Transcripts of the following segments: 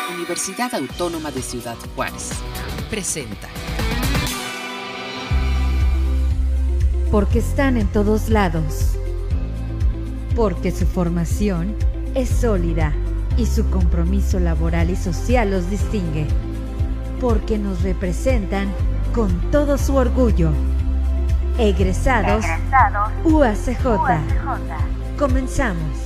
Universidad Autónoma de Ciudad Juárez presenta. Porque están en todos lados. Porque su formación es sólida y su compromiso laboral y social los distingue. Porque nos representan con todo su orgullo. Egresados UACJ. Comenzamos.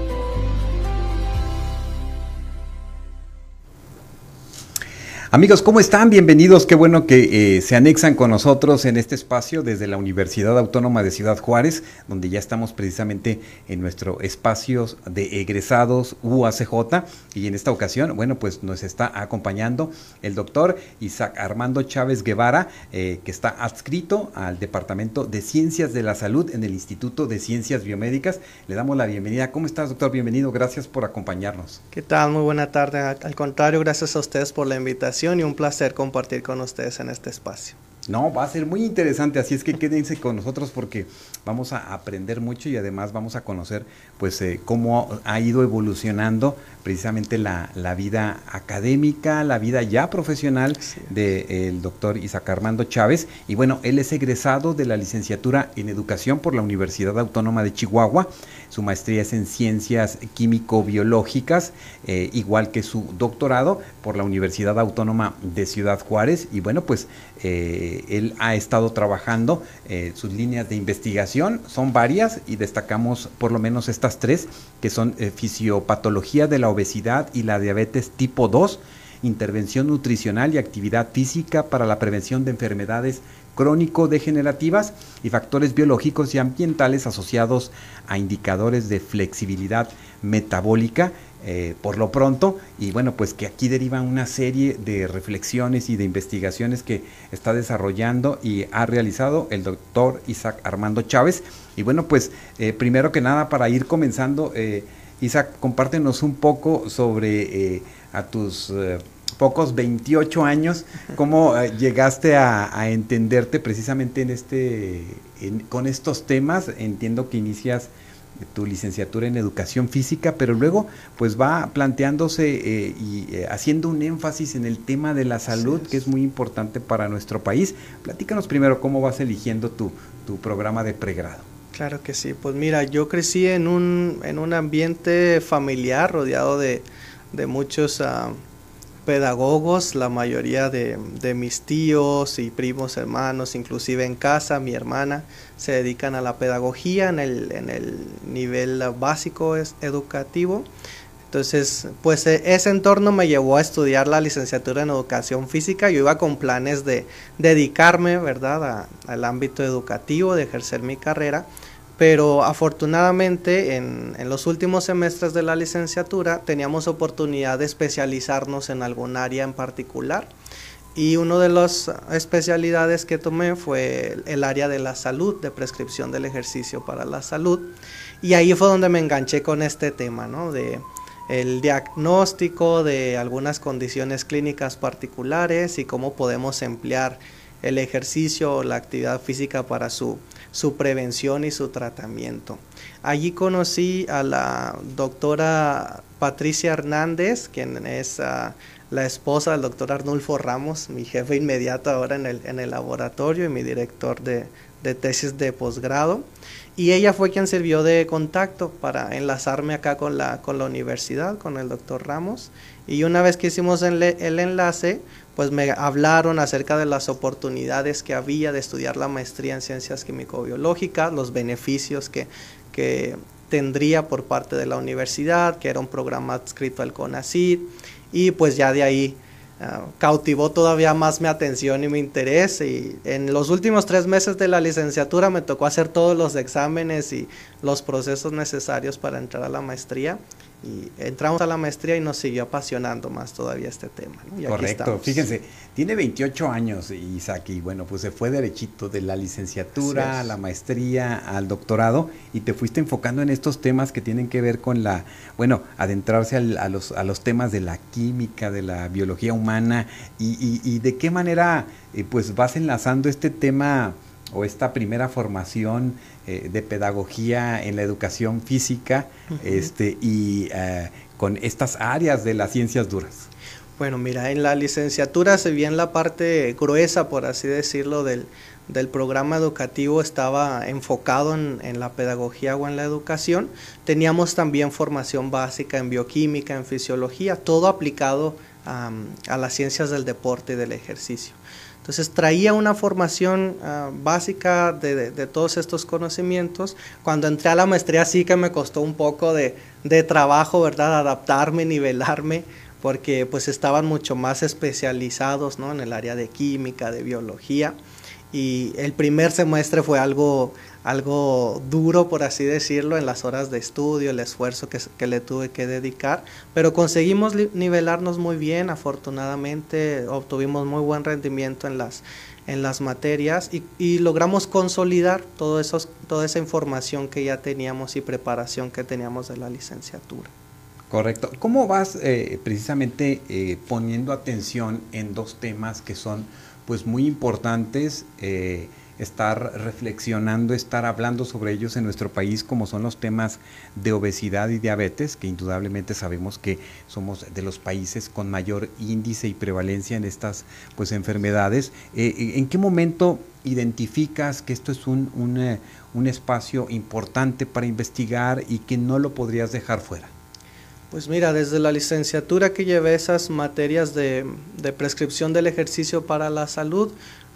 Amigos, ¿cómo están? Bienvenidos. Qué bueno que se anexan con nosotros en este espacio desde la Universidad Autónoma de Ciudad Juárez, donde ya estamos precisamente en nuestro espacio de egresados UACJ. Y en esta ocasión, bueno, pues nos está acompañando el doctor Isaac Armando Chávez Guevara, que está adscrito al Departamento de Ciencias de la Salud en el Instituto de Ciencias Biomédicas. Le damos la bienvenida. ¿Cómo estás, doctor? Bienvenido. Gracias por acompañarnos. ¿Qué tal? Muy buena tarde. Al contrario, gracias a ustedes por la invitación y un placer compartir con ustedes en este espacio. No, va a ser muy interesante, así es que quédense con nosotros porque vamos a aprender mucho y además vamos a conocer pues cómo ha ido evolucionando precisamente la vida académica, la vida ya profesional del doctor Isaac Armando Chávez. Y bueno, él es egresado de la licenciatura en Educación por la Universidad Autónoma de Chihuahua. Su maestría es en Ciencias Químico-Biológicas, igual que su doctorado por la Universidad Autónoma de Ciudad Juárez. Y bueno, pues él ha estado trabajando, sus líneas de investigación son varias y destacamos por lo menos estas tres, que son fisiopatología de la obesidad y la diabetes tipo 2, intervención nutricional y actividad física para la prevención de enfermedades crónico-degenerativas y factores biológicos y ambientales asociados a indicadores de flexibilidad metabólica, por lo pronto. Y bueno, pues que aquí deriva una serie de reflexiones y de investigaciones que está desarrollando y ha realizado el doctor Isaac Armando Chávez. Y bueno, pues primero que nada, para ir comenzando, Isaac, compártenos un poco sobre a tus pocos 28 años, cómo llegaste a entenderte precisamente con estos temas. Entiendo que inicias tu licenciatura en Educación Física, pero luego pues va planteándose y haciendo un énfasis en el tema de la salud, que es muy importante para nuestro país. Platícanos primero cómo vas eligiendo tu programa de pregrado. Claro que sí, pues mira, yo crecí en un ambiente familiar rodeado de muchos pedagogos, la mayoría de mis tíos y primos, hermanos, inclusive en casa, mi hermana, se dedican a la pedagogía en el nivel básico educativo. Entonces, pues ese entorno me llevó a estudiar la licenciatura en Educación Física. Yo iba con planes de dedicarme, ¿verdad?, al ámbito educativo, de ejercer mi carrera. Pero afortunadamente en los últimos semestres de la licenciatura teníamos oportunidad de especializarnos en algún área en particular, y una de las especialidades que tomé fue el área de la salud, de prescripción del ejercicio para la salud, y ahí fue donde me enganché con este tema, ¿no?, de el diagnóstico de algunas condiciones clínicas particulares y cómo podemos emplear el ejercicio o la actividad física para su prevención y su tratamiento. Allí conocí a la doctora Patricia Hernández, quien es la esposa del doctor Arnulfo Ramos, mi jefe inmediato ahora en el laboratorio y mi director de tesis de posgrado. Y ella fue quien sirvió de contacto para enlazarme acá con la universidad, con el doctor Ramos. Y una vez que hicimos el enlace, pues me hablaron acerca de las oportunidades que había de estudiar la maestría en Ciencias Químico-Biológicas, los beneficios que tendría por parte de la universidad, que era un programa adscrito al CONACYT, y pues ya de ahí cautivó todavía más mi atención y mi interés, y en los últimos 3 meses de la licenciatura me tocó hacer todos los exámenes y los procesos necesarios para entrar a la maestría, y entramos a la maestría y nos siguió apasionando más todavía este tema, ¿no? Y correcto, fíjense, tiene 28 años Isaac, y bueno, pues se fue derechito de la licenciatura a la maestría, al doctorado, y te fuiste enfocando en estos temas que tienen que ver con adentrarse a los temas de la química, de la biología humana, y de qué manera pues vas enlazando este tema o esta primera formación de pedagogía en la educación física, con estas áreas de las ciencias duras? Bueno, mira, en la licenciatura, si bien la parte gruesa, por así decirlo, del programa educativo estaba enfocado en la pedagogía o en la educación, teníamos también formación básica en bioquímica, en fisiología, todo aplicado a las ciencias del deporte y del ejercicio. Entonces traía una formación básica de todos estos conocimientos. Cuando entré a la maestría sí que me costó un poco de trabajo, ¿verdad? Adaptarme, nivelarme, porque pues estaban mucho más especializados, ¿no? En el área de química, de biología, y el primer semestre fue algo duro, por así decirlo, en las horas de estudio, el esfuerzo que le tuve que dedicar, pero conseguimos nivelarnos muy bien. Afortunadamente obtuvimos muy buen rendimiento en las materias y logramos consolidar toda esa información que ya teníamos y preparación que teníamos de la licenciatura. Correcto. ¿Cómo vas precisamente poniendo atención en dos temas que son pues muy importantes, estar reflexionando, estar hablando sobre ellos en nuestro país, como son los temas de obesidad y diabetes, que indudablemente sabemos que somos de los países con mayor índice y prevalencia en estas pues enfermedades? ¿En qué momento identificas que esto es un espacio importante para investigar y que no lo podrías dejar fuera? Pues mira, desde la licenciatura que llevé esas materias de prescripción del ejercicio para la salud,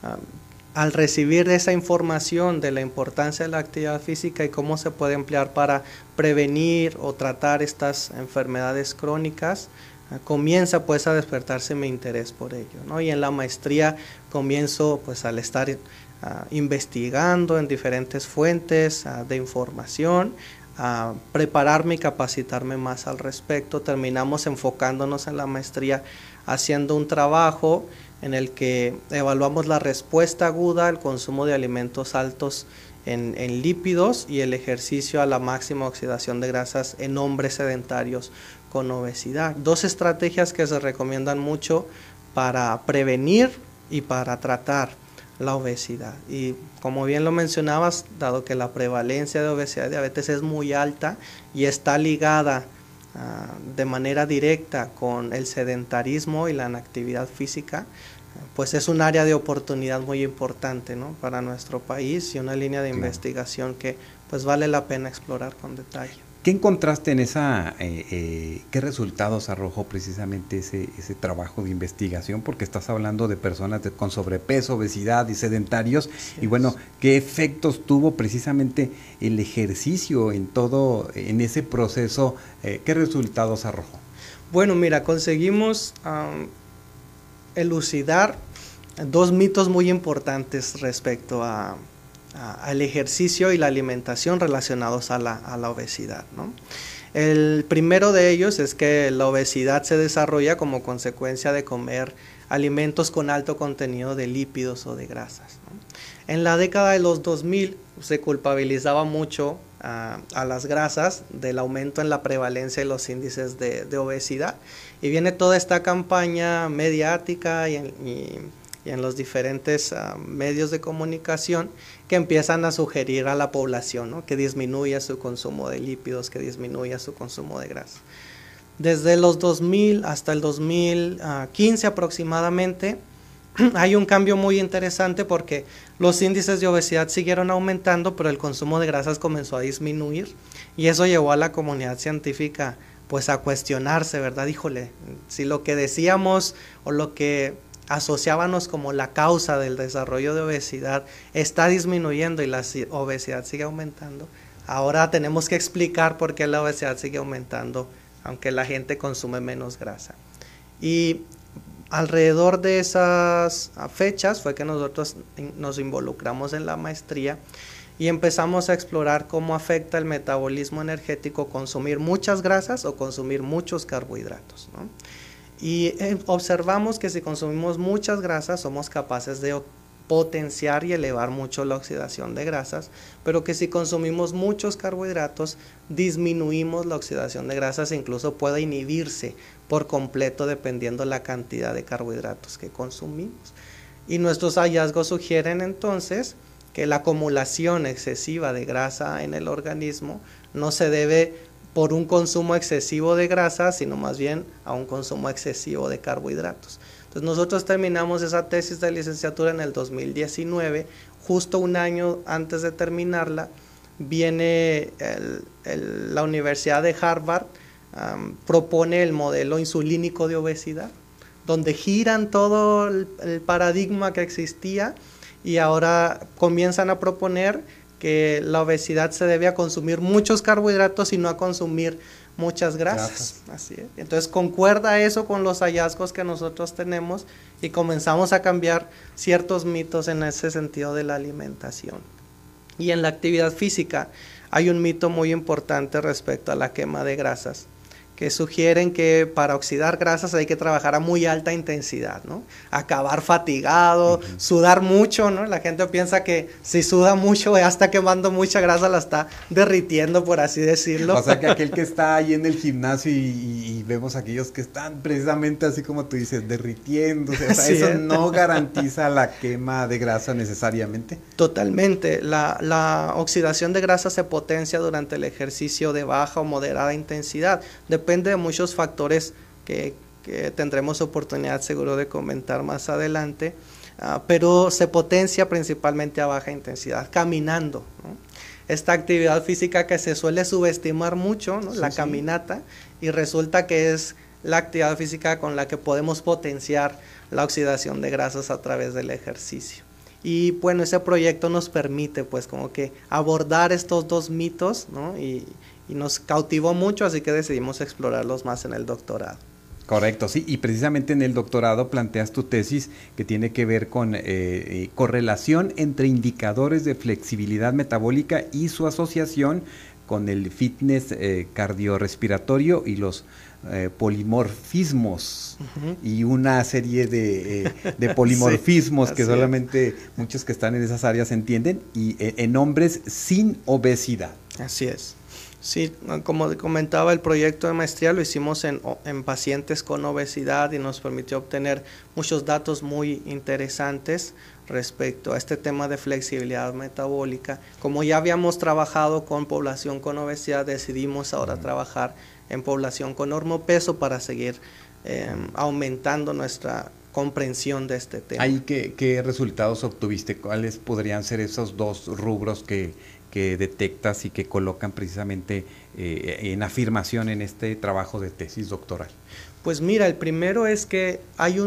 al recibir esa información de la importancia de la actividad física y cómo se puede emplear para prevenir o tratar estas enfermedades crónicas, comienza pues a despertarse mi interés por ello, ¿no? Y en la maestría comienzo pues al estar investigando en diferentes fuentes de información, a prepararme y capacitarme más al respecto. Terminamos enfocándonos en la maestría haciendo un trabajo en el que evaluamos la respuesta aguda al consumo de alimentos altos en lípidos y el ejercicio a la máxima oxidación de grasas en hombres sedentarios con obesidad. Dos estrategias que se recomiendan mucho para prevenir y para tratar la obesidad. Y como bien lo mencionabas, dado que la prevalencia de obesidad y diabetes es muy alta y está ligada de manera directa con el sedentarismo y la inactividad física, pues es un área de oportunidad muy importante, ¿no? Para nuestro país, y una línea de investigación que pues vale la pena explorar con detalle. ¿Qué encontraste en qué resultados arrojó precisamente ese trabajo de investigación? Porque estás hablando de personas con sobrepeso, obesidad y sedentarios, y bueno, ¿qué efectos tuvo precisamente el ejercicio en ese proceso? ¿Qué resultados arrojó? Bueno, mira, conseguimos elucidar dos mitos muy importantes respecto al ejercicio y la alimentación relacionados a la obesidad, ¿no? El primero de ellos es que la obesidad se desarrolla como consecuencia de comer alimentos con alto contenido de lípidos o de grasas, ¿no? En la década de los 2000 se culpabilizaba mucho a las grasas del aumento en la prevalencia de los índices de obesidad, y viene toda esta campaña mediática y en los diferentes medios de comunicación que empiezan a sugerir a la población, ¿no? Que disminuya su consumo de lípidos, que disminuya su consumo de grasa. Desde los 2000 hasta el 2015 aproximadamente hay un cambio muy interesante, porque los índices de obesidad siguieron aumentando, pero el consumo de grasas comenzó a disminuir, y eso llevó a la comunidad científica pues a cuestionarse, ¿verdad? Híjole, si lo que decíamos o lo que asociábamos como la causa del desarrollo de obesidad está disminuyendo y la obesidad sigue aumentando, ahora tenemos que explicar por qué la obesidad sigue aumentando aunque la gente consume menos grasa. Y alrededor de esas fechas fue que nosotros nos involucramos en la maestría y empezamos a explorar cómo afecta el metabolismo energético consumir muchas grasas o consumir muchos carbohidratos, ¿no? Y observamos que si consumimos muchas grasas somos capaces de potenciar y elevar mucho la oxidación de grasas, pero que si consumimos muchos carbohidratos disminuimos la oxidación de grasas e incluso puede inhibirse por completo dependiendo la cantidad de carbohidratos que consumimos. Y nuestros hallazgos sugieren entonces que la acumulación excesiva de grasa en el organismo no se debe por un consumo excesivo de grasa, sino más bien a un consumo excesivo de carbohidratos. Entonces nosotros terminamos esa tesis de licenciatura en el 2019, justo un año antes de terminarla, viene la Universidad de Harvard, propone el modelo insulínico de obesidad, donde giran todo el paradigma que existía y ahora comienzan a proponer que la obesidad se debe a consumir muchos carbohidratos y no a consumir muchas grasas. Así es. Entonces concuerda eso con los hallazgos que nosotros tenemos y comenzamos a cambiar ciertos mitos en ese sentido de la alimentación. Y en la actividad física hay un mito muy importante respecto a la quema de grasas, que sugieren que para oxidar grasas hay que trabajar a muy alta intensidad, ¿no? Acabar fatigado, sudar mucho, ¿no? La gente piensa que si suda mucho ya está quemando mucha grasa, la está derritiendo, por así decirlo. O sea que aquel que está ahí en el gimnasio y vemos aquellos que están precisamente así como tú dices, derritiéndose, o sea, eso no garantiza la quema de grasa necesariamente. Totalmente, la oxidación de grasa se potencia durante el ejercicio de baja o moderada intensidad. Depende de muchos factores que tendremos oportunidad seguro de comentar más adelante, pero se potencia principalmente a baja intensidad, caminando, ¿no? Esta actividad física que se suele subestimar mucho, ¿no? La caminata, y resulta que es la actividad física con la que podemos potenciar la oxidación de grasas a través del ejercicio. Y bueno, ese proyecto nos permite pues como que abordar estos dos mitos, ¿no? Y nos cautivó mucho, así que decidimos explorarlos más en el doctorado. Correcto, sí, y precisamente en el doctorado planteas tu tesis que tiene que ver con correlación entre indicadores de flexibilidad metabólica y su asociación con el fitness cardiorrespiratorio y los polimorfismos, y una serie de polimorfismos que solamente muchos que están en esas áreas entienden, y en hombres sin obesidad. Así es. Sí, como comentaba, el proyecto de maestría lo hicimos en pacientes con obesidad y nos permitió obtener muchos datos muy interesantes respecto a este tema de flexibilidad metabólica. Como ya habíamos trabajado con población con obesidad, decidimos ahora trabajar en población con normopeso para seguir aumentando nuestra comprensión de este tema. ¿Ahí qué resultados obtuviste? ¿Cuáles podrían ser esos dos rubros que detectas y que colocan precisamente en afirmación en este trabajo de tesis doctoral? Pues mira, el primero es que hay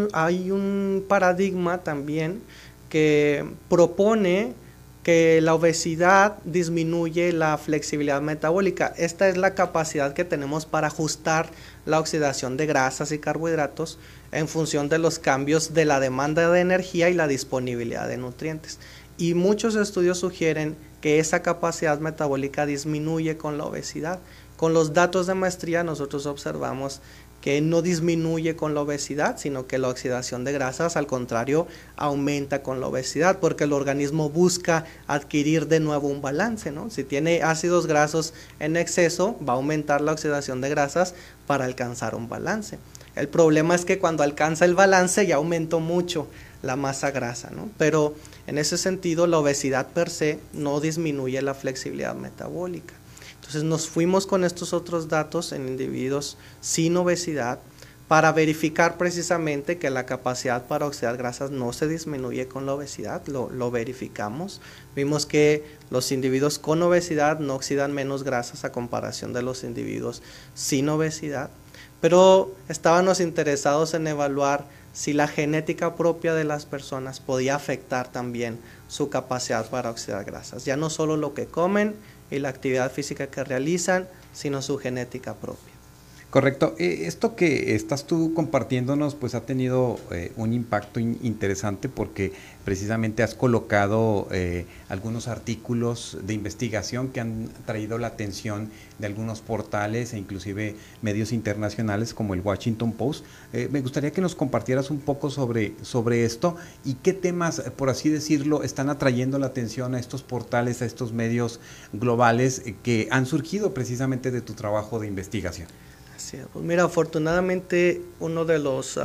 un paradigma también que propone que la obesidad disminuye la flexibilidad metabólica. Esta es la capacidad que tenemos para ajustar la oxidación de grasas y carbohidratos en función de los cambios de la demanda de energía y la disponibilidad de nutrientes. Y muchos estudios sugieren que esa capacidad metabólica disminuye con la obesidad. Con los datos de maestría nosotros observamos que no disminuye con la obesidad, sino que la oxidación de grasas, al contrario, aumenta con la obesidad, porque el organismo busca adquirir de nuevo un balance, ¿no? Si tiene ácidos grasos en exceso, va a aumentar la oxidación de grasas para alcanzar un balance. El problema es que cuando alcanza el balance ya aumentó mucho la masa grasa, ¿no? Pero en ese sentido la obesidad per se no disminuye la flexibilidad metabólica. Entonces nos fuimos con estos otros datos en individuos sin obesidad para verificar precisamente que la capacidad para oxidar grasas no se disminuye con la obesidad. Lo verificamos, vimos que los individuos con obesidad no oxidan menos grasas a comparación de los individuos sin obesidad, pero estábamos interesados en evaluar si la genética propia de las personas podía afectar también su capacidad para oxidar grasas, ya no solo lo que comen y la actividad física que realizan, sino su genética propia. Correcto. Esto que estás tú compartiéndonos pues ha tenido un impacto interesante, porque precisamente has colocado algunos artículos de investigación que han traído la atención de algunos portales e inclusive medios internacionales como el Washington Post. Me gustaría que nos compartieras un poco sobre esto y qué temas, por así decirlo, están atrayendo la atención a estos portales, a estos medios globales que han surgido precisamente de tu trabajo de investigación. Sí, pues mira, afortunadamente uno de los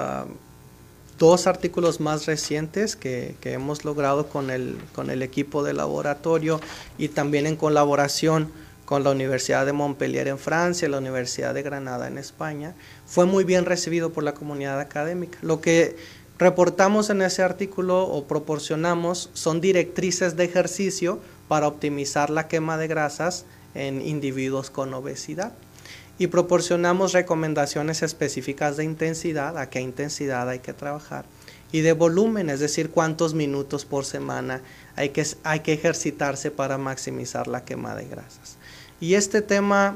dos artículos más recientes que hemos logrado con el equipo de laboratorio y también en colaboración con la Universidad de Montpellier en Francia y la Universidad de Granada en España, fue muy bien recibido por la comunidad académica. Lo que reportamos en ese artículo o proporcionamos son directrices de ejercicio para optimizar la quema de grasas en individuos con obesidad. Y proporcionamos recomendaciones específicas de intensidad, a qué intensidad hay que trabajar, y de volumen, es decir, cuántos minutos por semana hay que ejercitarse para maximizar la quema de grasas. Y este tema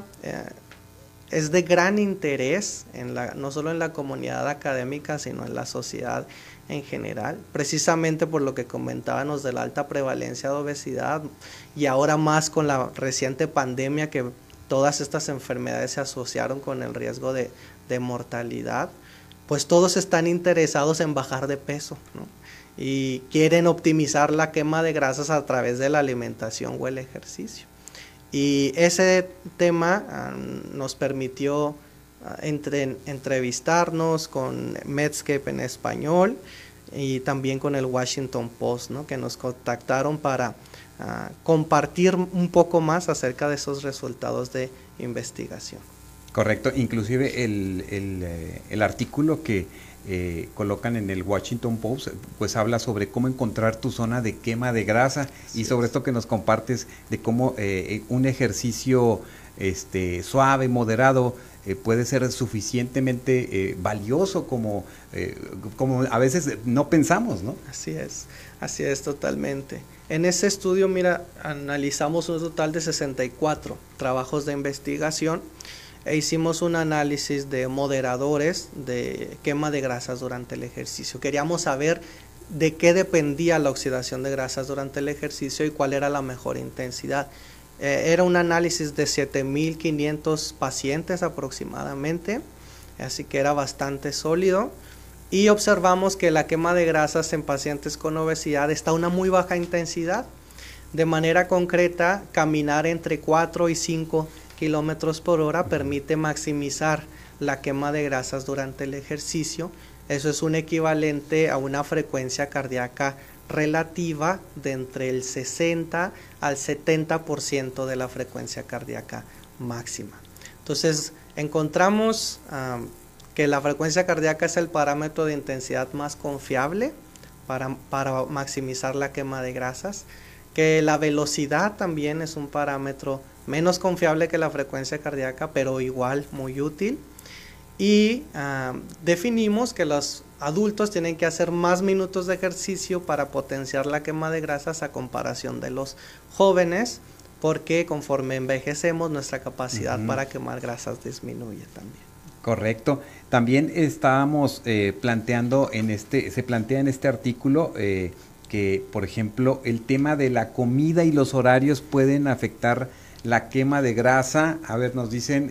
es de gran interés, no solo en la comunidad académica, sino en la sociedad en general, precisamente por lo que comentábamos de la alta prevalencia de obesidad, y ahora más con la reciente pandemia, que todas estas enfermedades se asociaron con el riesgo de mortalidad. Pues todos están interesados en bajar de peso, ¿no? Y quieren optimizar la quema de grasas a través de la alimentación o el ejercicio. Y ese tema nos permitió entrevistarnos con Medscape en español y también con el Washington Post, ¿no? Que nos contactaron para compartir un poco más acerca de esos resultados de investigación. Correcto, inclusive el artículo que colocan en el Washington Post, pues habla sobre cómo encontrar tu zona de quema de grasa, y sobre esto que nos compartes de cómo un ejercicio suave, moderado, puede ser suficientemente valioso como a veces no pensamos, ¿no? Así es totalmente. En ese estudio, mira, analizamos un total de 64 trabajos de investigación e hicimos un análisis de moderadores de quema de grasas durante el ejercicio. Queríamos saber de qué dependía la oxidación de grasas durante el ejercicio y cuál era la mejor intensidad. Era un análisis de 7.500 pacientes aproximadamente, así que era bastante sólido, y observamos que la quema de grasas en pacientes con obesidad está a una muy baja intensidad. De manera concreta, caminar entre 4 y 5 kilómetros por hora permite maximizar la quema de grasas durante el ejercicio. Eso es un equivalente a una frecuencia cardíaca relativa de entre el 60 al 70% de la frecuencia cardíaca máxima. Entonces encontramos que la frecuencia cardíaca es el parámetro de intensidad más confiable para maximizar la quema de grasas, que la velocidad también es un parámetro menos confiable que la frecuencia cardíaca, pero igual muy útil. Y definimos que los adultos tienen que hacer más minutos de ejercicio para potenciar la quema de grasas a comparación de los jóvenes, porque conforme envejecemos nuestra capacidad para quemar grasas disminuye también. Correcto. También estábamos planteando se plantea en este artículo que, por ejemplo, el tema de la comida y los horarios pueden afectar la quema de grasa. A ver, nos dicen,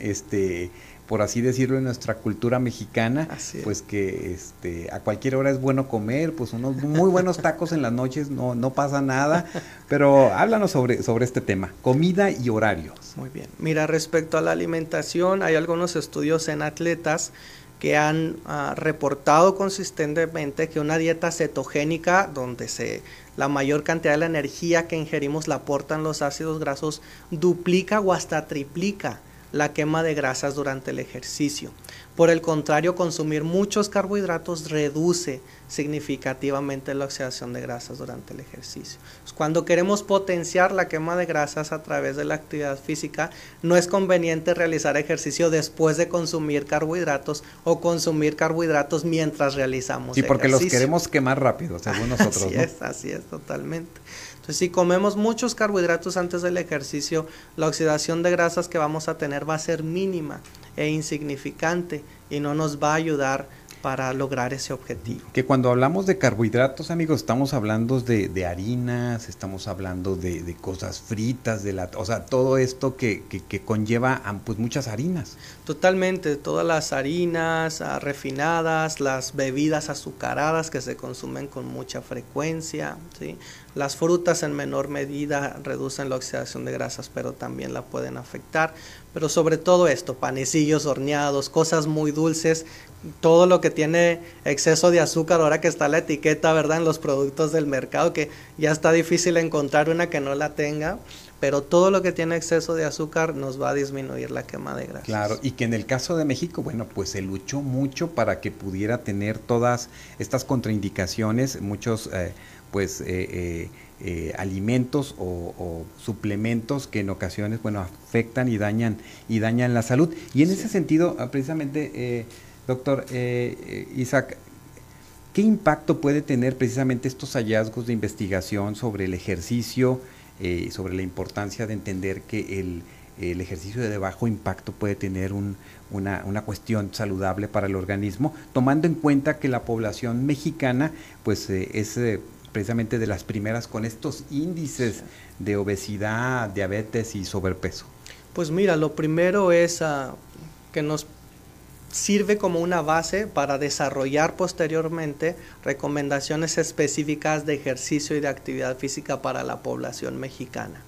por así decirlo, en nuestra cultura mexicana, pues que a cualquier hora es bueno comer, pues unos muy buenos tacos en las noches, no pasa nada, pero háblanos sobre este tema, comida y horarios. Muy bien, mira, respecto a la alimentación, hay algunos estudios en atletas que han reportado consistentemente que una dieta cetogénica, donde la mayor cantidad de la energía que ingerimos la aportan los ácidos grasos, duplica o hasta triplica la quema de grasas durante el ejercicio. Por el contrario, consumir muchos carbohidratos reduce significativamente la oxidación de grasas durante el ejercicio. Cuando queremos potenciar la quema de grasas a través de la actividad física, no es conveniente realizar ejercicio después de consumir carbohidratos o consumir carbohidratos mientras realizamos ejercicio. Sí, porque los queremos quemar rápido, según nosotros. Así es, totalmente. Entonces, si comemos muchos carbohidratos antes del ejercicio, la oxidación de grasas que vamos a tener va a ser mínima e insignificante y no nos va a ayudar para lograr ese objetivo. Que cuando hablamos de carbohidratos, amigos, estamos hablando de harinas, estamos hablando de cosas fritas, o sea, todo esto que conlleva pues muchas harinas. Totalmente, todas las harinas refinadas, las bebidas azucaradas que se consumen con mucha frecuencia, ¿sí? Las frutas en menor medida reducen la oxidación de grasas, pero también la pueden afectar. Pero sobre todo esto, panecillos horneados, cosas muy dulces, todo lo que tiene exceso de azúcar, ahora que está la etiqueta, ¿verdad?, en los productos del mercado, que ya está difícil encontrar una que no la tenga, pero todo lo que tiene exceso de azúcar nos va a disminuir la quema de grasas. Claro, y que en el caso de México, bueno, pues se luchó mucho para que pudiera tener todas estas contraindicaciones, muchos alimentos o suplementos que en ocasiones, bueno, afectan y dañan la salud. Y en ese sentido, precisamente, doctor Isaac, ¿qué impacto puede tener precisamente estos hallazgos de investigación sobre el ejercicio, sobre la importancia de entender que el ejercicio de bajo impacto puede tener una cuestión saludable para el organismo, tomando en cuenta que la población mexicana pues es precisamente de las primeras con estos índices de obesidad, diabetes y sobrepeso? Pues mira, lo primero es que nos sirve como una base para desarrollar posteriormente recomendaciones específicas de ejercicio y de actividad física para la población mexicana.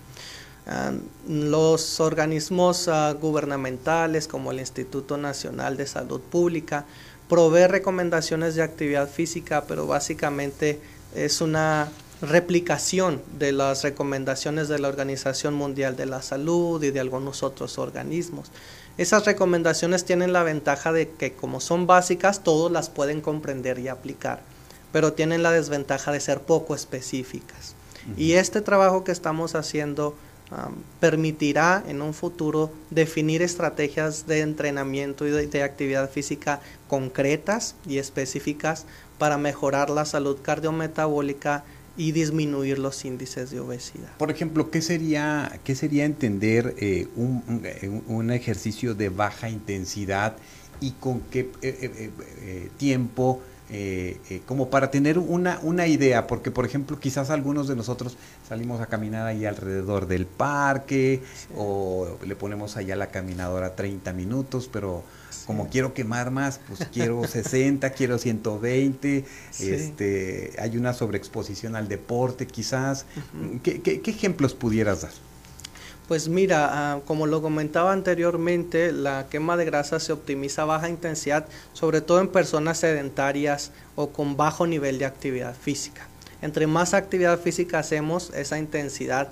Los organismos gubernamentales como el Instituto Nacional de Salud Pública provee recomendaciones de actividad física, pero básicamente es una replicación de las recomendaciones de la Organización Mundial de la Salud y de algunos otros organismos. Esas recomendaciones tienen la ventaja de que como son básicas, todos las pueden comprender y aplicar, pero tienen la desventaja de ser poco específicas. Y este trabajo que estamos haciendo permitirá en un futuro definir estrategias de entrenamiento y de actividad física concretas y específicas para mejorar la salud cardiometabólica y disminuir los índices de obesidad. Por ejemplo, ¿qué sería entender un ejercicio de baja intensidad y con qué tiempo, como para tener una idea? Porque, por ejemplo, quizás algunos de nosotros salimos a caminar ahí alrededor del parque, o le ponemos allá la caminadora 30 minutos, pero como quiero quemar más, pues quiero 60, quiero 120, hay una sobreexposición al deporte quizás. ¿Qué ejemplos pudieras dar? Pues mira, como lo comentaba anteriormente, la quema de grasa se optimiza a baja intensidad, sobre todo en personas sedentarias o con bajo nivel de actividad física. Entre más actividad física hacemos, esa intensidad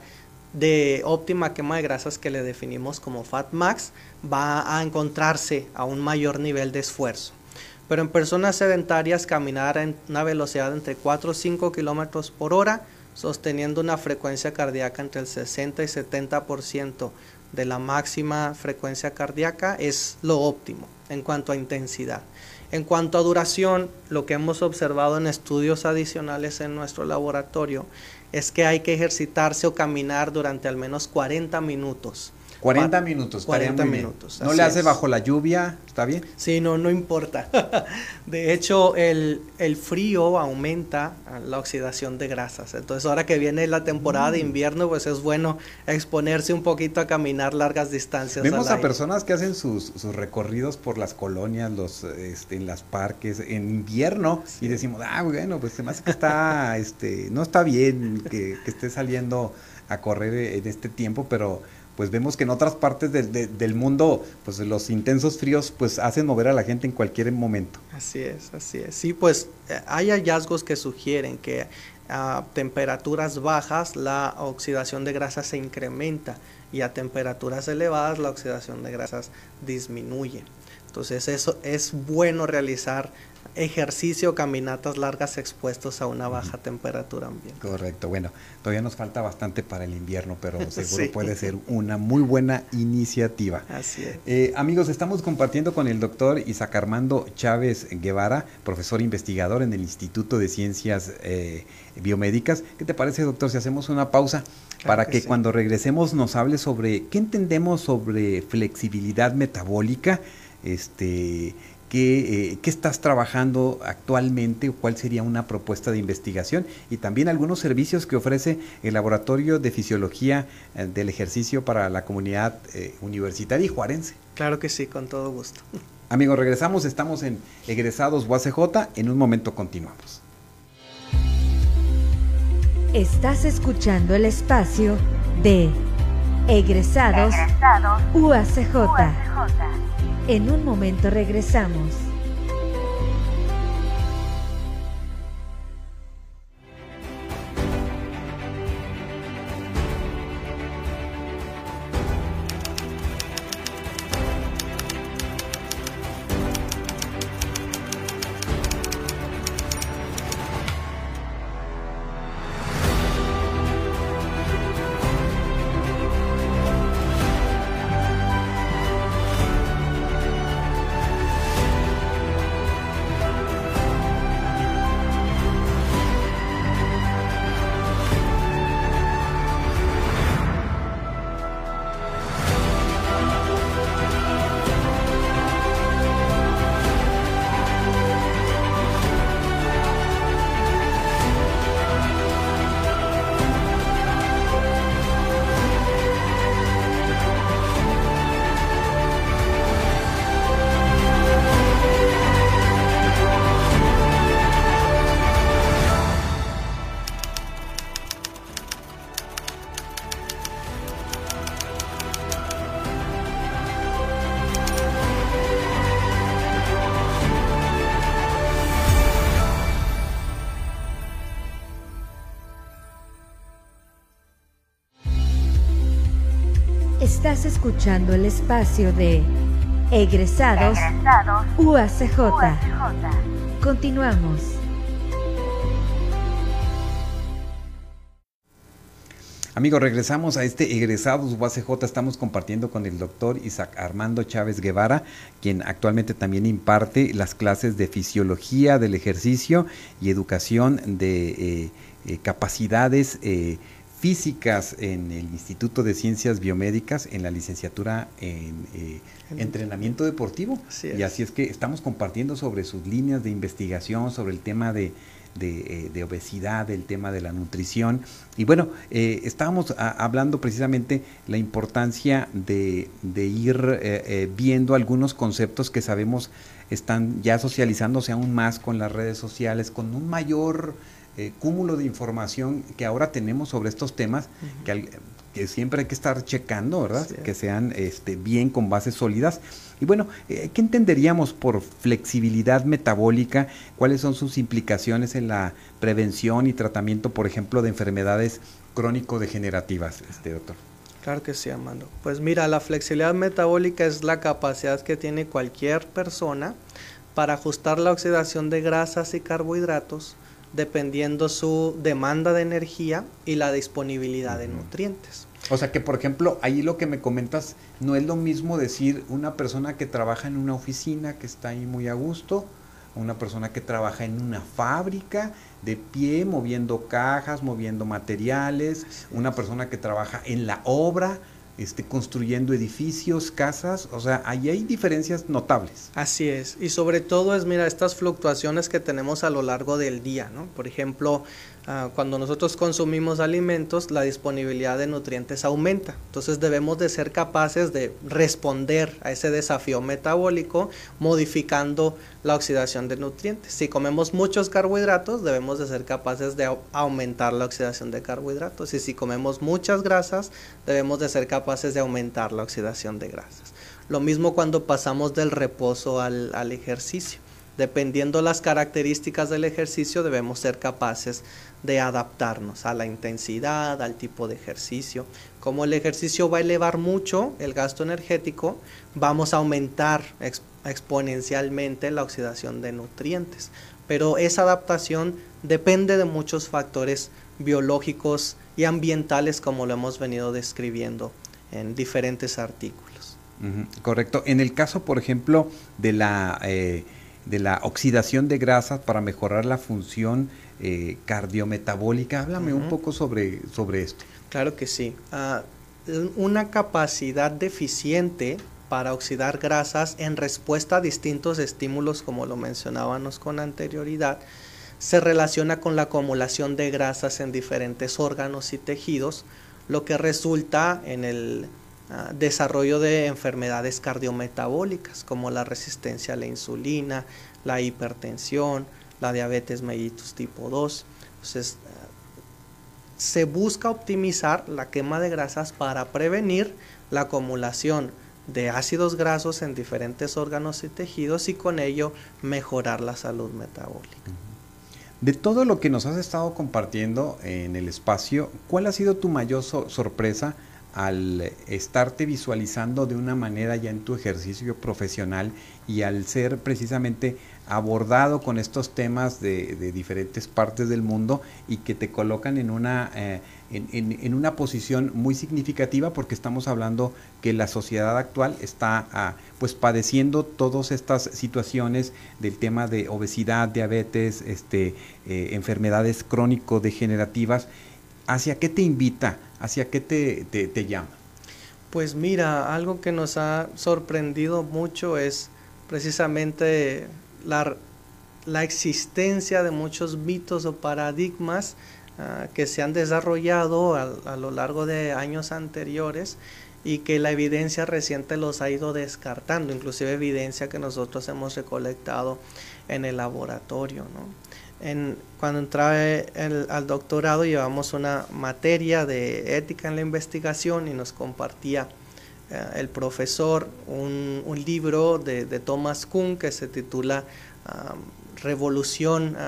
de óptima quema de grasas que le definimos como Fat Max va a encontrarse a un mayor nivel de esfuerzo. Pero en personas sedentarias, caminar en una velocidad entre 4 o 5 kilómetros por hora, sosteniendo una frecuencia cardíaca entre el 60 y 70% de la máxima frecuencia cardíaca, es lo óptimo en cuanto a intensidad. En cuanto a duración, lo que hemos observado en estudios adicionales en nuestro laboratorio es que hay que ejercitarse o caminar durante al menos 40 minutos. 40 minutos, 40 minutos. ¿No le hace bajo la lluvia? ¿Está bien? Sí, no importa. De hecho, el frío aumenta la oxidación de grasas. Entonces, ahora que viene la temporada de invierno, pues es bueno exponerse un poquito a caminar largas distancias. Vemos a personas que hacen sus recorridos por las colonias, en los parques, en invierno, y decimos, bueno, pues se me hace que está, no está bien que esté saliendo a correr en este tiempo, pero pues vemos que en otras partes del mundo, pues los intensos fríos pues hacen mover a la gente en cualquier momento. Así es. Sí, pues hay hallazgos que sugieren que a temperaturas bajas la oxidación de grasas se incrementa y a temperaturas elevadas la oxidación de grasas disminuye. Entonces eso es bueno realizar ejercicio, caminatas largas expuestos a una baja temperatura ambiente. Correcto, bueno, todavía nos falta bastante para el invierno, pero seguro puede ser una muy buena iniciativa. Así es. Amigos, estamos compartiendo con el doctor Isaac Armando Chávez Guevara, profesor investigador en el Instituto de Ciencias Biomédicas. ¿Qué te parece, doctor, si hacemos una pausa para que cuando regresemos nos hable sobre qué entendemos sobre flexibilidad metabólica? ¿Qué estás trabajando actualmente? ¿Cuál sería una propuesta de investigación? Y también algunos servicios que ofrece el Laboratorio de Fisiología del Ejercicio para la comunidad universitaria y juarense. Claro que sí, con todo gusto. Amigos, regresamos, estamos en Egresados UACJ, en un momento continuamos. Estás escuchando el espacio de Egresados UACJ. En un momento regresamos. Estás escuchando el espacio de Egresados UACJ. Continuamos. Amigos, regresamos a este Egresados UACJ. Estamos compartiendo con el doctor Isaac Armando Chávez Guevara, quien actualmente también imparte las clases de Fisiología del Ejercicio y Educación de Capacidades Físicas en el Instituto de Ciencias Biomédicas, en la licenciatura en Entrenamiento Deportivo. Y así es que estamos compartiendo sobre sus líneas de investigación, sobre el tema de obesidad, el tema de la nutrición. Y bueno, estábamos hablando precisamente la importancia de ir viendo algunos conceptos que sabemos están ya socializándose aún más con las redes sociales, con un mayor cúmulo de información que ahora tenemos sobre estos temas, que siempre hay que estar checando, ¿verdad? Sí. Que sean bien, con bases sólidas. Y bueno, ¿qué entenderíamos por flexibilidad metabólica? ¿Cuáles son sus implicaciones en la prevención y tratamiento, por ejemplo, de enfermedades crónico-degenerativas, doctor? Claro que sí, Armando. Pues mira, la flexibilidad metabólica es la capacidad que tiene cualquier persona para ajustar la oxidación de grasas y carbohidratos dependiendo su demanda de energía y la disponibilidad de nutrientes. O sea que, por ejemplo, ahí lo que me comentas, no es lo mismo decir una persona que trabaja en una oficina que está ahí muy a gusto, una persona que trabaja en una fábrica de pie, moviendo cajas, moviendo materiales, una persona que trabaja en la obra, construyendo edificios, casas. O sea, ahí hay diferencias notables. Así es, y sobre todo es, mira, estas fluctuaciones que tenemos a lo largo del día, ¿no? Por ejemplo, cuando nosotros consumimos alimentos, la disponibilidad de nutrientes aumenta. Entonces debemos de ser capaces de responder a ese desafío metabólico modificando la oxidación de nutrientes. Si comemos muchos carbohidratos, debemos de ser capaces de aumentar la oxidación de carbohidratos. Y si comemos muchas grasas, debemos de ser capaces de aumentar la oxidación de grasas. Lo mismo cuando pasamos del reposo al ejercicio. Dependiendo las características del ejercicio, debemos ser capaces de adaptarnos a la intensidad, al tipo de ejercicio. Como el ejercicio va a elevar mucho el gasto energético, vamos a aumentar exponencialmente la oxidación de nutrientes. Pero esa adaptación depende de muchos factores biológicos y ambientales, como lo hemos venido describiendo en diferentes artículos. Correcto. En el caso, por ejemplo, de la oxidación de grasas para mejorar la función cardiometabólica, háblame un poco sobre esto. Claro que sí. Una capacidad deficiente para oxidar grasas en respuesta a distintos estímulos, como lo mencionábamos con anterioridad, se relaciona con la acumulación de grasas en diferentes órganos y tejidos, lo que resulta en el desarrollo de enfermedades cardiometabólicas como la resistencia a la insulina, la hipertensión, la diabetes mellitus tipo 2. Entonces, se busca optimizar la quema de grasas para prevenir la acumulación de ácidos grasos en diferentes órganos y tejidos y con ello mejorar la salud metabólica. De todo lo que nos has estado compartiendo en el espacio, ¿cuál ha sido tu mayor sorpresa al estarte visualizando de una manera ya en tu ejercicio profesional y al ser precisamente abordado con estos temas de diferentes partes del mundo y que te colocan en una posición muy significativa, porque estamos hablando que la sociedad actual está pues padeciendo todas estas situaciones del tema de obesidad, diabetes, enfermedades crónico-degenerativas? ¿Hacia qué te invita? ¿Hacia qué te llama? Pues mira, algo que nos ha sorprendido mucho es precisamente la existencia de muchos mitos o paradigmas que se han desarrollado a lo largo de años anteriores y que la evidencia reciente los ha ido descartando, inclusive evidencia que nosotros hemos recolectado en el laboratorio, ¿no? Cuando entré al doctorado llevamos una materia de ética en la investigación y nos compartía el profesor un libro de Thomas Kuhn que se titula Revolución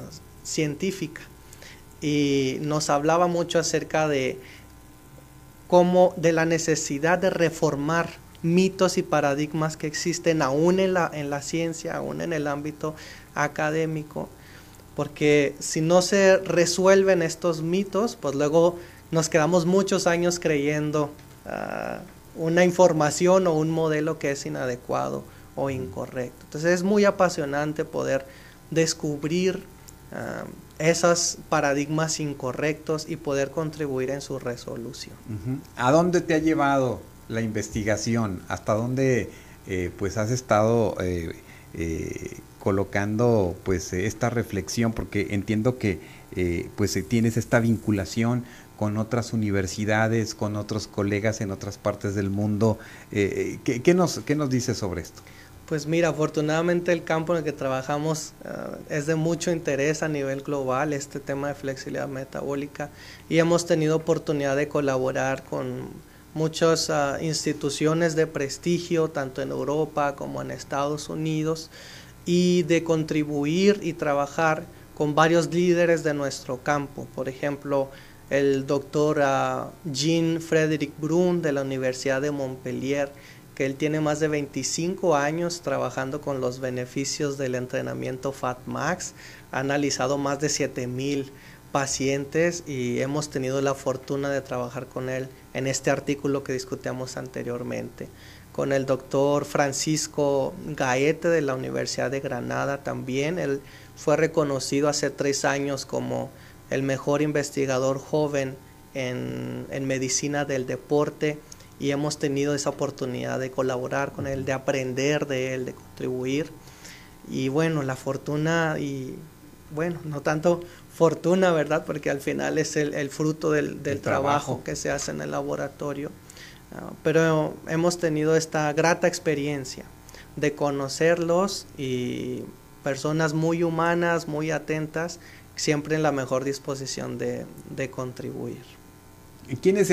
Científica, y nos hablaba mucho acerca de como de la necesidad de reformar mitos y paradigmas que existen aún en la ciencia, aún en el ámbito académico, porque si no se resuelven estos mitos, pues luego nos quedamos muchos años creyendo una información o un modelo que es inadecuado o incorrecto. Entonces es muy apasionante poder descubrir esos paradigmas incorrectos y poder contribuir en su resolución. ¿A dónde te ha llevado la investigación? ¿Hasta dónde pues has estado colocando pues esta reflexión? Porque entiendo que pues tienes esta vinculación con otras universidades, con otros colegas en otras partes del mundo. ¿Qué nos dices sobre esto? Pues mira, afortunadamente el campo en el que trabajamos es de mucho interés a nivel global, este tema de flexibilidad metabólica, y hemos tenido oportunidad de colaborar con muchas instituciones de prestigio, tanto en Europa como en Estados Unidos, y de contribuir y trabajar con varios líderes de nuestro campo. Por ejemplo, el doctor Jean-Frédéric Brun de la Universidad de Montpellier, que él tiene más de 25 años trabajando con los beneficios del entrenamiento FatMax, ha analizado más de 7,000 pacientes y hemos tenido la fortuna de trabajar con él en este artículo que discutíamos anteriormente. Con el doctor Francisco Gaete de la Universidad de Granada también, él fue reconocido hace 3 años como el mejor investigador joven en medicina del deporte, y hemos tenido esa oportunidad de colaborar con él, de aprender de él, de contribuir. Y bueno, la fortuna, y bueno, no tanto fortuna, ¿verdad? Porque al final es el fruto del trabajo que se hace en el laboratorio. Pero hemos tenido esta grata experiencia de conocerlos, y personas muy humanas, muy atentas, siempre en la mejor disposición de contribuir. ¿Quiénes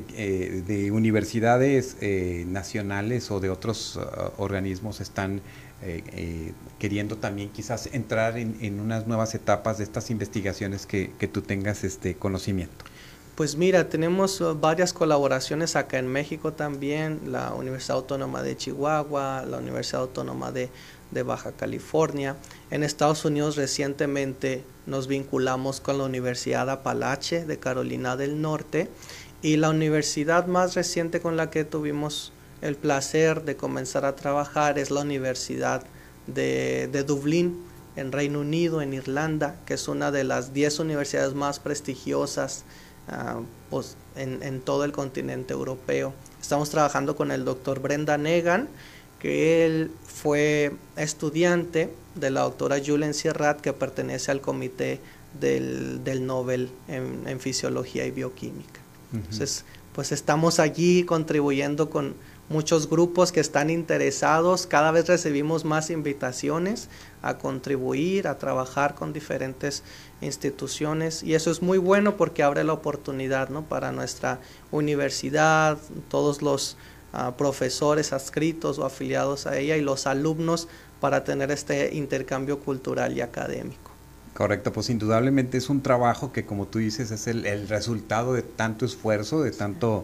de universidades nacionales o de otros organismos están queriendo también quizás entrar en unas nuevas etapas de estas investigaciones que tú tengas conocimiento? Pues mira, tenemos varias colaboraciones acá en México también, la Universidad Autónoma de Chihuahua, la Universidad Autónoma de Baja California. En Estados Unidos recientemente nos vinculamos con la Universidad Apalache de Carolina del Norte, y la universidad más reciente con la que tuvimos el placer de comenzar a trabajar es la Universidad de Dublín, en Reino Unido, en Irlanda, que es una de las 10 universidades más prestigiosas pues en todo el continente europeo. Estamos trabajando con el doctor Brendan Egan, que él fue estudiante de la doctora Julen Sierrat, que pertenece al comité del Nobel en Fisiología y Bioquímica. Entonces, pues estamos allí contribuyendo con muchos grupos que están interesados. Cada vez recibimos más invitaciones a contribuir, a trabajar con diferentes instituciones, y eso es muy bueno porque abre la oportunidad, ¿no?, para nuestra universidad, todos los profesores adscritos o afiliados a ella, y los alumnos, para tener este intercambio cultural y académico. Correcto, pues indudablemente es un trabajo que, como tú dices, es el resultado de tanto esfuerzo, de tanto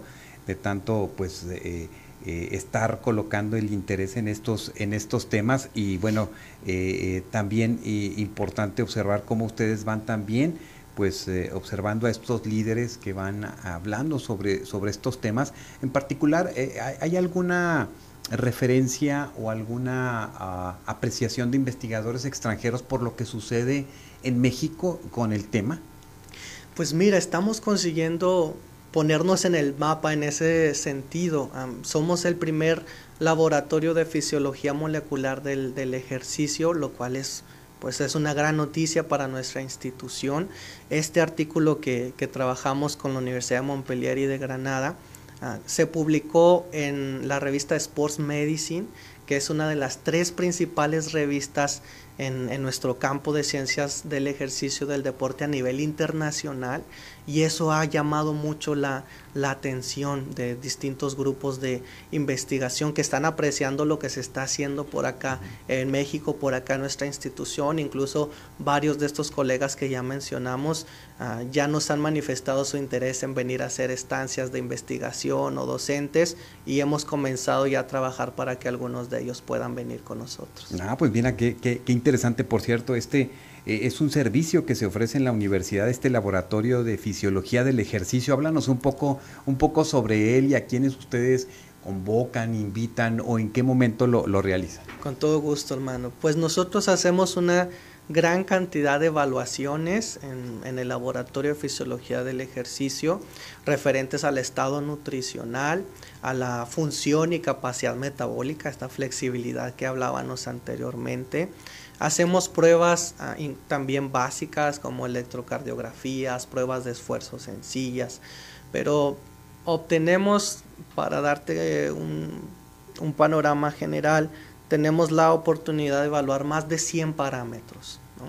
pues estar colocando el interés en estos temas. Y bueno, también importante observar cómo ustedes van también pues observando a estos líderes que van hablando sobre estos temas. En particular, ¿hay alguna referencia o alguna apreciación de investigadores extranjeros por lo que sucede en México con el tema? Pues mira, estamos consiguiendo ponernos en el mapa en ese sentido. Somos el primer laboratorio de fisiología molecular del ejercicio, lo cual es una gran noticia para nuestra institución. Este artículo que trabajamos con la Universidad de Montpellier y de Granada se publicó en la revista Sports Medicine, que es una de las 3 principales revistas en nuestro campo de ciencias del ejercicio del deporte a nivel internacional, y eso ha llamado mucho la atención de distintos grupos de investigación que están apreciando lo que se está haciendo por acá en México, por acá en nuestra institución. Incluso varios de estos colegas que ya mencionamos ya nos han manifestado su interés en venir a hacer estancias de investigación o docentes, y hemos comenzado ya a trabajar para que algunos de ellos puedan venir con nosotros. Pues mira, qué interesante. Por cierto, es un servicio que se ofrece en la universidad, este laboratorio de fisiología del ejercicio. Háblanos un poco sobre él y a quiénes ustedes convocan, invitan, o en qué momento lo realizan. Con todo gusto, hermano. Pues nosotros hacemos una gran cantidad de evaluaciones en el laboratorio de fisiología del ejercicio referentes al estado nutricional, a la función y capacidad metabólica, esta flexibilidad que hablábamos anteriormente. Hacemos pruebas también básicas como electrocardiografías, pruebas de esfuerzo sencillas, pero obtenemos, para darte un panorama general, tenemos la oportunidad de evaluar más de 100 parámetros, ¿no?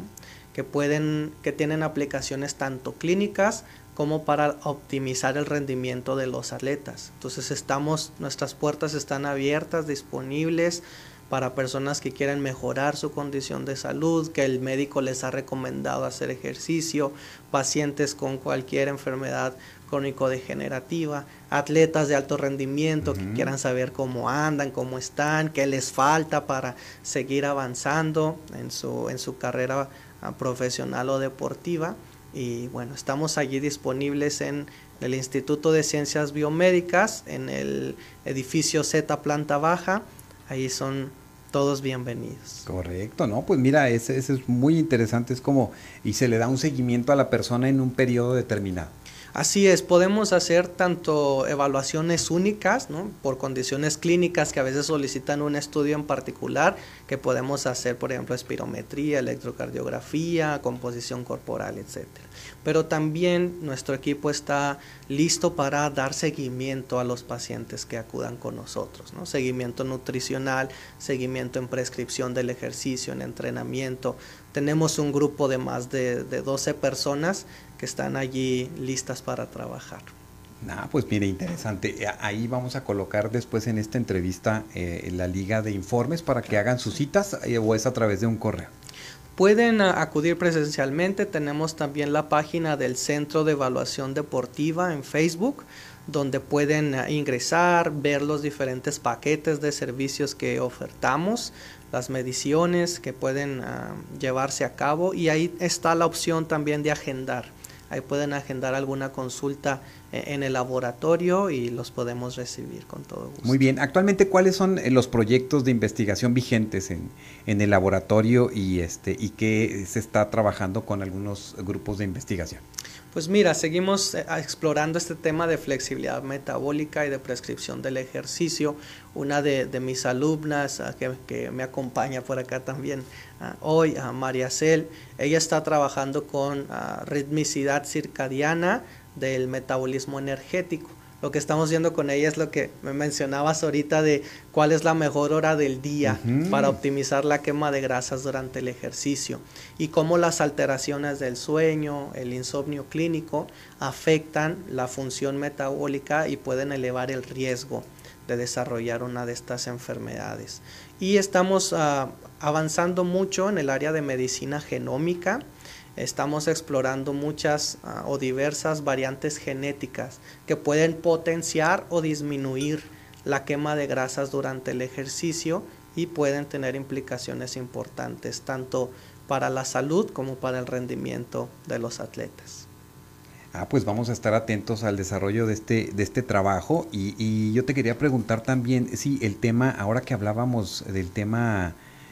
que tienen aplicaciones tanto clínicas como para optimizar el rendimiento de los atletas. Entonces nuestras puertas están abiertas, disponibles para personas que quieren mejorar su condición de salud, que el médico les ha recomendado hacer ejercicio, pacientes con cualquier enfermedad crónico-degenerativa, atletas de alto rendimiento que quieran saber cómo andan, cómo están, qué les falta para seguir avanzando en su carrera profesional o deportiva. Y bueno, estamos allí disponibles en el Instituto de Ciencias Biomédicas, en el edificio Z, planta baja. Ahí son todos bienvenidos. Correcto, ¿no? Pues mira, ese es muy interesante, y se le da un seguimiento a la persona en un periodo determinado. Así es, podemos hacer tanto evaluaciones únicas, ¿no? Por condiciones clínicas que a veces solicitan un estudio en particular, que podemos hacer, por ejemplo, espirometría, electrocardiografía, composición corporal, etcétera. Pero también nuestro equipo está listo para dar seguimiento a los pacientes que acudan con nosotros, ¿no? Seguimiento nutricional, seguimiento en prescripción del ejercicio, en entrenamiento. Tenemos un grupo de más de 12 personas que están allí listas para trabajar. Pues mire, interesante. Ahí vamos a colocar después en esta entrevista la liga de informes para que hagan sus citas, o es a través de un correo. Pueden acudir presencialmente. Tenemos también la página del Centro de Evaluación Deportiva en Facebook, donde pueden ingresar, ver los diferentes paquetes de servicios que ofertamos, las mediciones que pueden llevarse a cabo, y ahí está la opción también de agendar. Ahí pueden agendar alguna consulta en el laboratorio y los podemos recibir con todo gusto. Muy bien. Actualmente, ¿cuáles son los proyectos de investigación vigentes en el laboratorio y qué se está trabajando con algunos grupos de investigación? Pues mira, seguimos explorando este tema de flexibilidad metabólica y de prescripción del ejercicio. Una de mis alumnas que me acompaña por acá también hoy, María Cel, ella está trabajando con ritmicidad circadiana del metabolismo energético. Lo que estamos viendo con ella es lo que me mencionabas ahorita de cuál es la mejor hora del día para optimizar la quema de grasas durante el ejercicio, y cómo las alteraciones del sueño, el insomnio clínico afectan la función metabólica y pueden elevar el riesgo de desarrollar una de estas enfermedades. Y estamos avanzando mucho en el área de medicina genómica. Estamos explorando muchas o diversas variantes genéticas que pueden potenciar o disminuir la quema de grasas durante el ejercicio y pueden tener implicaciones importantes tanto para la salud como para el rendimiento de los atletas. Pues vamos a estar atentos al desarrollo de este trabajo, y yo te quería preguntar también, sí, el tema, ahora que hablábamos del tema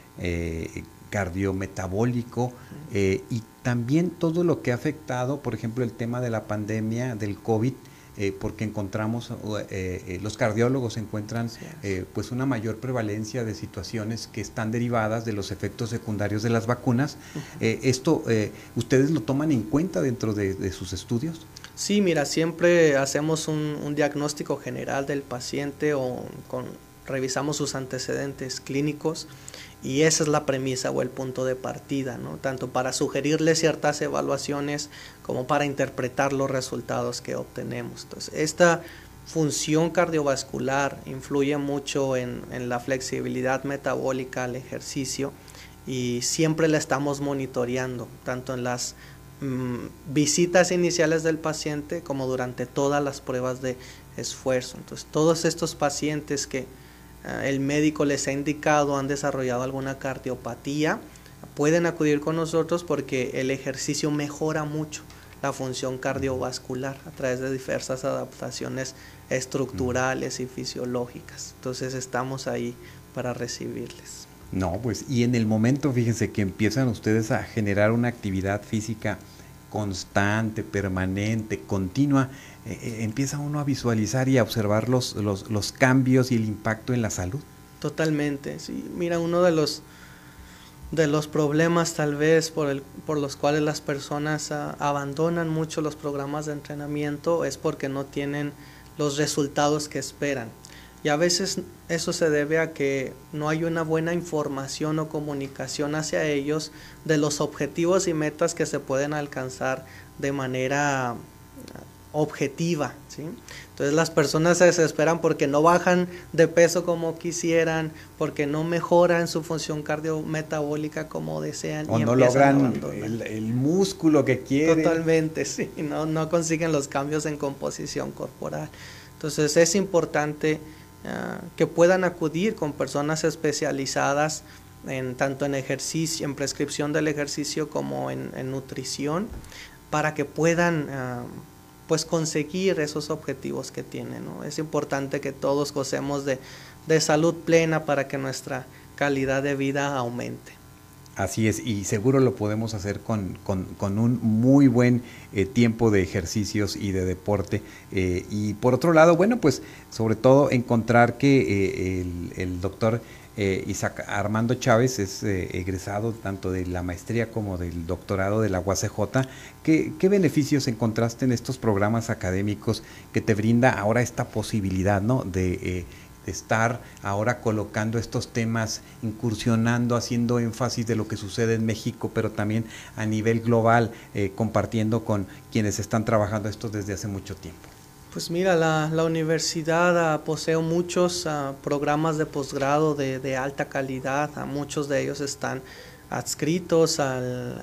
cardiometabólico, y también todo lo que ha afectado, por ejemplo, el tema de la pandemia del COVID, porque encontramos, los cardiólogos encuentran pues una mayor prevalencia de situaciones que están derivadas de los efectos secundarios de las vacunas. ¿Esto ustedes lo toman en cuenta dentro de sus estudios? Sí, mira, siempre hacemos un diagnóstico general del paciente revisamos sus antecedentes clínicos, Y esa es la premisa o el punto de partida, ¿no? Tanto para sugerirle ciertas evaluaciones como para interpretar los resultados que obtenemos. Entonces, esta función cardiovascular influye mucho en la flexibilidad metabólica al ejercicio y siempre la estamos monitoreando, tanto en las visitas iniciales del paciente como durante todas las pruebas de esfuerzo. Entonces, todos estos pacientes que el médico les ha indicado han desarrollado alguna cardiopatía, pueden acudir con nosotros porque el ejercicio mejora mucho la función cardiovascular a través de diversas adaptaciones estructurales y fisiológicas. Entonces estamos ahí para recibirles. No, pues y en el momento, fíjense que empiezan ustedes a generar una actividad física constante, permanente, continua, empieza uno a visualizar y a observar los cambios y el impacto en la salud. Totalmente, sí. Mira, uno de los problemas tal vez por los cuales las personas abandonan mucho los programas de entrenamiento es porque no tienen los resultados que esperan. Y a veces eso se debe a que no hay una buena información o comunicación hacia ellos de los objetivos y metas que se pueden alcanzar de manera objetiva, ¿sí? Entonces las personas se desesperan porque no bajan de peso como quisieran, porque no mejoran su función cardiometabólica como desean. O no logran el músculo que quieren. Totalmente, sí, no consiguen los cambios en composición corporal. Entonces es importante que puedan acudir con personas especializadas tanto en ejercicio, en prescripción del ejercicio como en nutrición, para que puedan pues conseguir esos objetivos que tienen, ¿no? Es importante que todos gocemos de salud plena para que nuestra calidad de vida aumente. Así es, y seguro lo podemos hacer con un muy buen tiempo de ejercicios y de deporte. Y por otro lado, bueno, pues sobre todo encontrar que el doctor Isaac Armando Chávez es egresado tanto de la maestría como del doctorado de la UACJ. ¿Qué beneficios encontraste en estos programas académicos que te brinda ahora esta posibilidad, ¿no?, de estar ahora colocando estos temas, incursionando, haciendo énfasis de lo que sucede en México, pero también a nivel global, compartiendo con quienes están trabajando esto desde hace mucho tiempo? Pues mira, la universidad posee muchos programas de posgrado de alta calidad. Muchos de ellos están adscritos al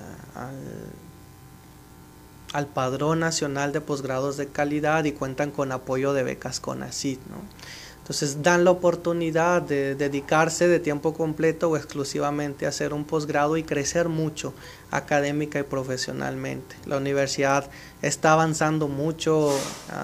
Padrón Nacional de Posgrados de Calidad y cuentan con apoyo de becas CONACYT, ¿no? Entonces dan la oportunidad de dedicarse de tiempo completo o exclusivamente a hacer un posgrado y crecer mucho académica y profesionalmente. La universidad está avanzando mucho,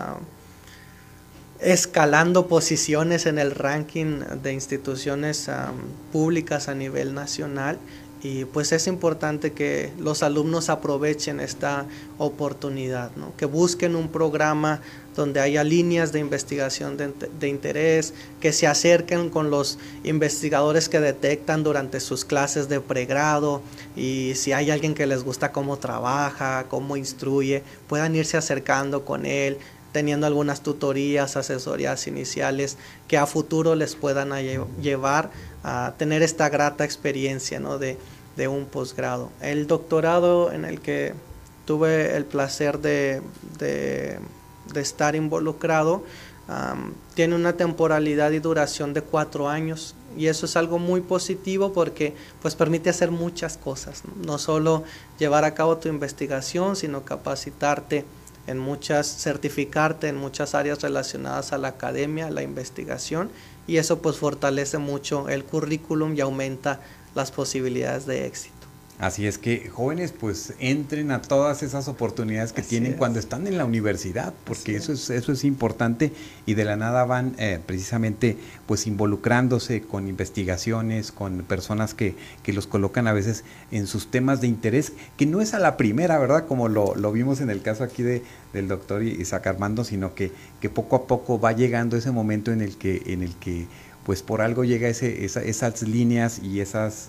escalando posiciones en el ranking de instituciones públicas a nivel nacional, y pues es importante que los alumnos aprovechen esta oportunidad, ¿no? Que busquen un programa donde haya líneas de investigación de interés, que se acerquen con los investigadores que detectan durante sus clases de pregrado, y si hay alguien que les gusta cómo trabaja, cómo instruye, puedan irse acercando con él, teniendo algunas tutorías, asesorías iniciales que a futuro les puedan llevar a tener esta grata experiencia, ¿no?, de un posgrado. El doctorado en el que tuve el placer de estar involucrado tiene una temporalidad y duración de 4 años, y eso es algo muy positivo porque pues permite hacer muchas cosas, no solo llevar a cabo tu investigación, sino capacitarte certificarte en muchas áreas relacionadas a la academia, a la investigación, y eso pues fortalece mucho el currículum y aumenta las posibilidades de éxito. Así es que jóvenes pues entren a todas esas oportunidades que tienen cuando están en la universidad, porque eso es importante, y de la nada van precisamente pues involucrándose con investigaciones, con personas que los colocan a veces en sus temas de interés, que no es a la primera, ¿verdad?, como lo vimos en el caso aquí del doctor Isaac Armando, sino que poco a poco va llegando ese momento en el que pues por algo llega esas líneas y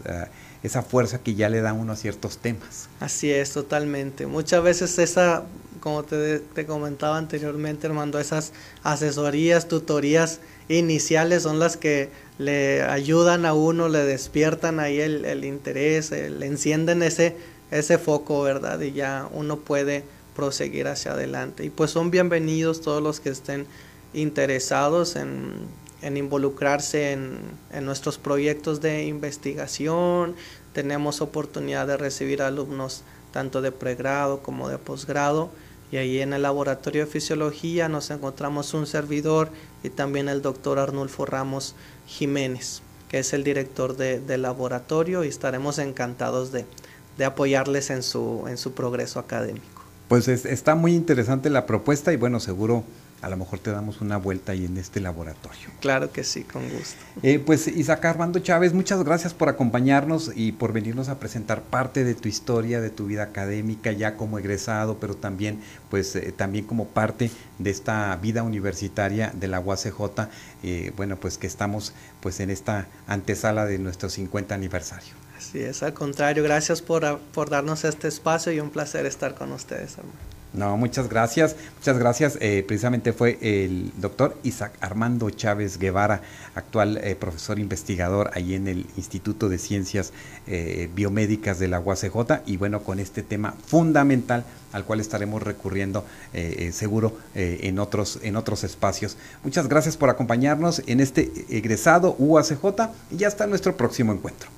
esa fuerza que ya le da uno a ciertos temas. Así es, totalmente. Muchas veces esa como te comentaba anteriormente, Armando, esas asesorías, tutorías iniciales son las que le ayudan a uno, le despiertan ahí el interés, le encienden ese foco, ¿verdad? Y ya uno puede proseguir hacia adelante. Y pues son bienvenidos todos los que estén interesados en involucrarse en nuestros proyectos de investigación. Tenemos oportunidad de recibir alumnos tanto de pregrado como de posgrado, y ahí en el laboratorio de fisiología nos encontramos un servidor y también el doctor Arnulfo Ramos Jiménez, que es el director del laboratorio, y estaremos encantados de apoyarles en su progreso académico. Pues está muy interesante la propuesta y bueno, seguro a lo mejor te damos una vuelta ahí en este laboratorio. Claro que sí, con gusto. Pues Isaac Armando Chávez, muchas gracias por acompañarnos y por venirnos a presentar parte de tu historia, de tu vida académica ya como egresado, pero también pues también como parte de esta vida universitaria de la UACJ, bueno, pues que estamos pues en esta antesala de nuestro 50 aniversario. Así es, al contrario, gracias por darnos este espacio y un placer estar con ustedes, hermano. No, muchas gracias. Precisamente fue el doctor Isaac Armando Chávez Guevara, actual profesor investigador ahí en el Instituto de Ciencias Biomédicas de la UACJ, y bueno, con este tema fundamental al cual estaremos recurriendo seguro en otros espacios. Muchas gracias por acompañarnos en este egresado UACJ y hasta nuestro próximo encuentro.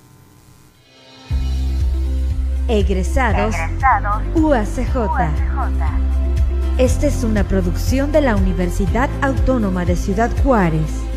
Egresados UACJ. Esta es una producción de la Universidad Autónoma de Ciudad Juárez.